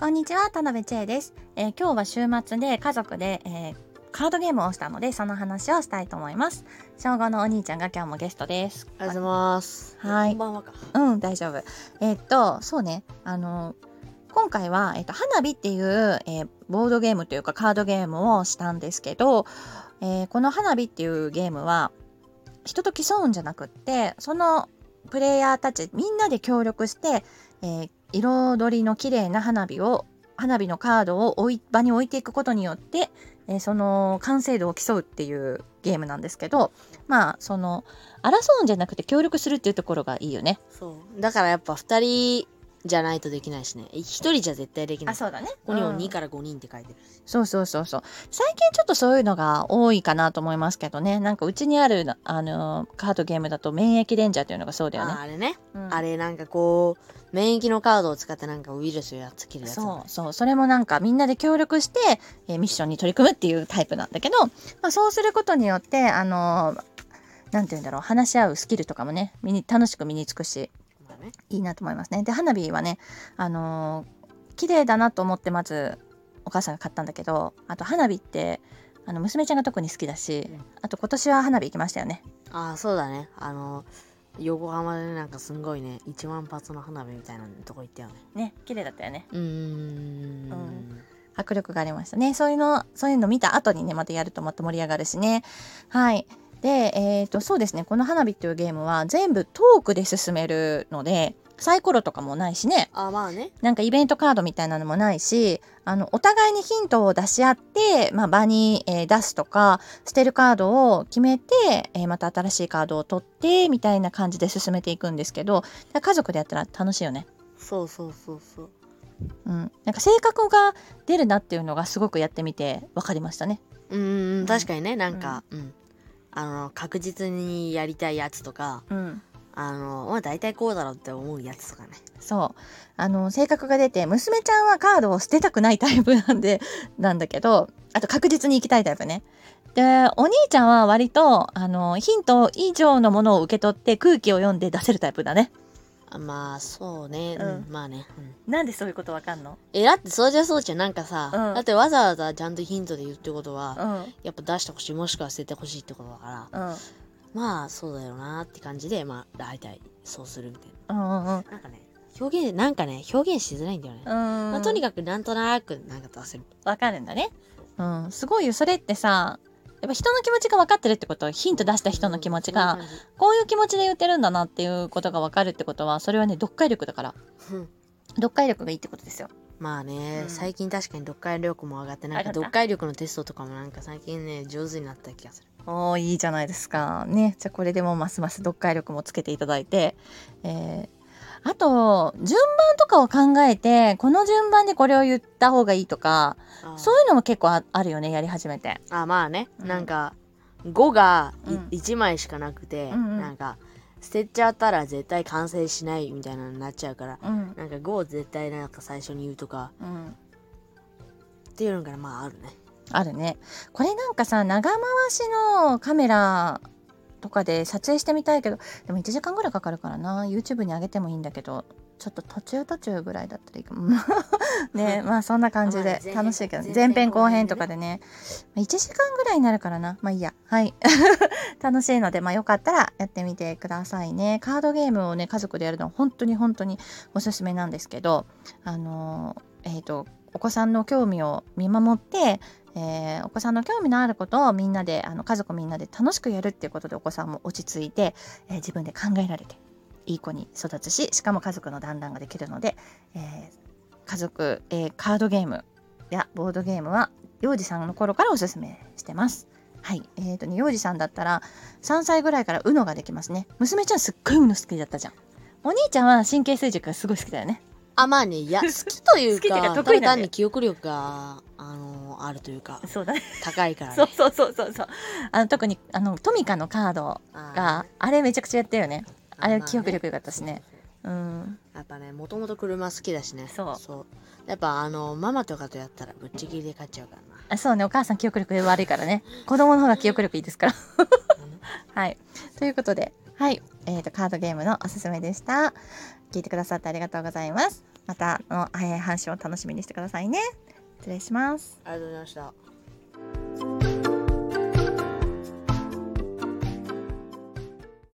こんにちは、田辺千恵です。今日は週末で家族で、カードゲームをしたので、その話をしたいと思います。小5のお兄ちゃんが今日もゲストです。 ありがとうございます。 はい。 こんばんはか。 大丈夫。そうね、今回は、花火っていう、ボードゲームというかカードゲームをしたんですけど、この花火っていうゲームは人と競うんじゃなくって、そのプレイヤーたちみんなで協力して、彩りの綺麗な花火のカードを場に置いていくことによって、その完成度を競うっていうゲームなんですけど、まあその争うんじゃなくて協力するっていうところがいいよね。 そうだからやっぱ2人じゃないとできないしね。1人じゃ絶対できない。 そうだね。 ここにも2から5人って書いてる。 そう最近ちょっとそういうのが多いかなと思いますけどね。なんかうちにあるカードゲームだと免疫レンジャーっていうのがそうだよね。 あれね、 あれなんかこう免疫のカードを使ってなんかウイルスをやっつけるやつ、ね、 それもなんかみんなで協力して、ミッションに取り組むっていうタイプなんだけど、そうすることによってなんて言うんだろう、話し合うスキルとかもね楽しく身につくし、いいなと思いますね。で花火はね綺麗だなと思ってまずお母さんが買ったんだけど、あと花火って娘ちゃんが特に好きだし、あと今年は花火行きましたよね。 そうだね。横浜でなんかすんごいね1万発の花火みたいなとこ行ったよね。 ね、綺麗だったよね。迫力がありましたね。そういうの見た後にねまたやるとまた盛り上がるしね。はい。で、そうですね、この花火っていうゲームは全部トークで進めるので、サイコロとかもないしね。 まあね。 なんかイベントカードみたいなのもないし、お互いにヒントを出し合って、場に、出すとか、捨てるカードを決めて、また新しいカードを取って、みたいな感じで進めていくんですけど、家族でやったら楽しいよね。 そう。 なんか性格が出るなっていうのがすごくやってみて分かりましたね。 確かにね、なんか、確実にやりたいやつとか、大体こうだろうって思うやつとかね。 そう性格が出て、娘ちゃんはカードを捨てたくないタイプなんだけど、あと確実に行きたいタイプね。でお兄ちゃんは割とヒント以上のものを受け取って空気を読んで出せるタイプだね。 まあそうね、まあね、 なんでそういうことわかんの？ だってそうじゃなんかさ、だってわざわざちゃんとヒントで言うってことは、やっぱ出してほしい、もしくは捨ててほしいってことだから、まあそうだよなって感じで、大体そうするみたいな。なんかね表現しづらいんだよね。とにかくなんとなくなんか出せる。 わかるんだね。すごいよ。それってさ、やっぱ人の気持ちが分かってるってことは、ヒント出した人の気持ちがこういう気持ちで言ってるんだなっていうことが分かるってことは、それはね読解力だから、読解力がいいってことですよ。 まあね、最近確かに読解力も上がって、なんか読解力のテストとかもなんか最近ね上手になった気がする。 いいじゃないですかね。じゃあこれでもますます読解力もつけていただいて、あと順番とかを考えて、この順番でこれを言った方がいいとか、そういうのも結構あるよね、やり始めて。 まあね、なんか5が1枚しかなくて、なんか捨てちゃったら絶対完成しないみたいなのになっちゃうから、なんか5を絶対なんか最初に言うとか、っていうのがあるね。 あるね。これなんかさ、長回しのカメラとかで撮影してみたいけど、でも1時間ぐらいかかるからな。 YouTube に上げてもいいんだけど、ちょっと途中ぐらいだったらいいかもね。そんな感じで楽しいけど、前編後編とかでね、1時間ぐらいになるからな。いいや、はい楽しいので、よかったらやってみてくださいね。カードゲームをね家族でやるのは本当におすすめなんですけど、お子さんの興味を見守って、お子さんの興味のあることをみんなで家族みんなで楽しくやるっていうことで、お子さんも落ち着いて、自分で考えられていい子に育つし、しかも家族の団らんができるので、家族、カードゲームやボードゲームは幼児さんの頃からおすすめしてます。はい。幼児さんだったら3歳ぐらいからUNOができますね。娘ちゃんすっごいUNO好きだったじゃん。お兄ちゃんは神経衰弱がすごい好きだよね。 まあね、いや好きというか好き得意なんだよ。 単に記憶力があるというか、 そうだね、 高いからね。 そう特にトミカのカードがあれめちゃくちゃやったよね。あれ記憶力良かったしね。 やっぱね、もともと車好きだしね。そうやっぱママとかとやったらぶっちぎりで勝っちゃうからな。 そうね、お母さん記憶力悪いからね。子供の方が記憶力いいですからはい、ということで、はい、カードゲームのおすすめでした。聞いてくださってありがとうございます。 またの配信を楽しみにしてくださいね。失礼します。 ありがとうございました。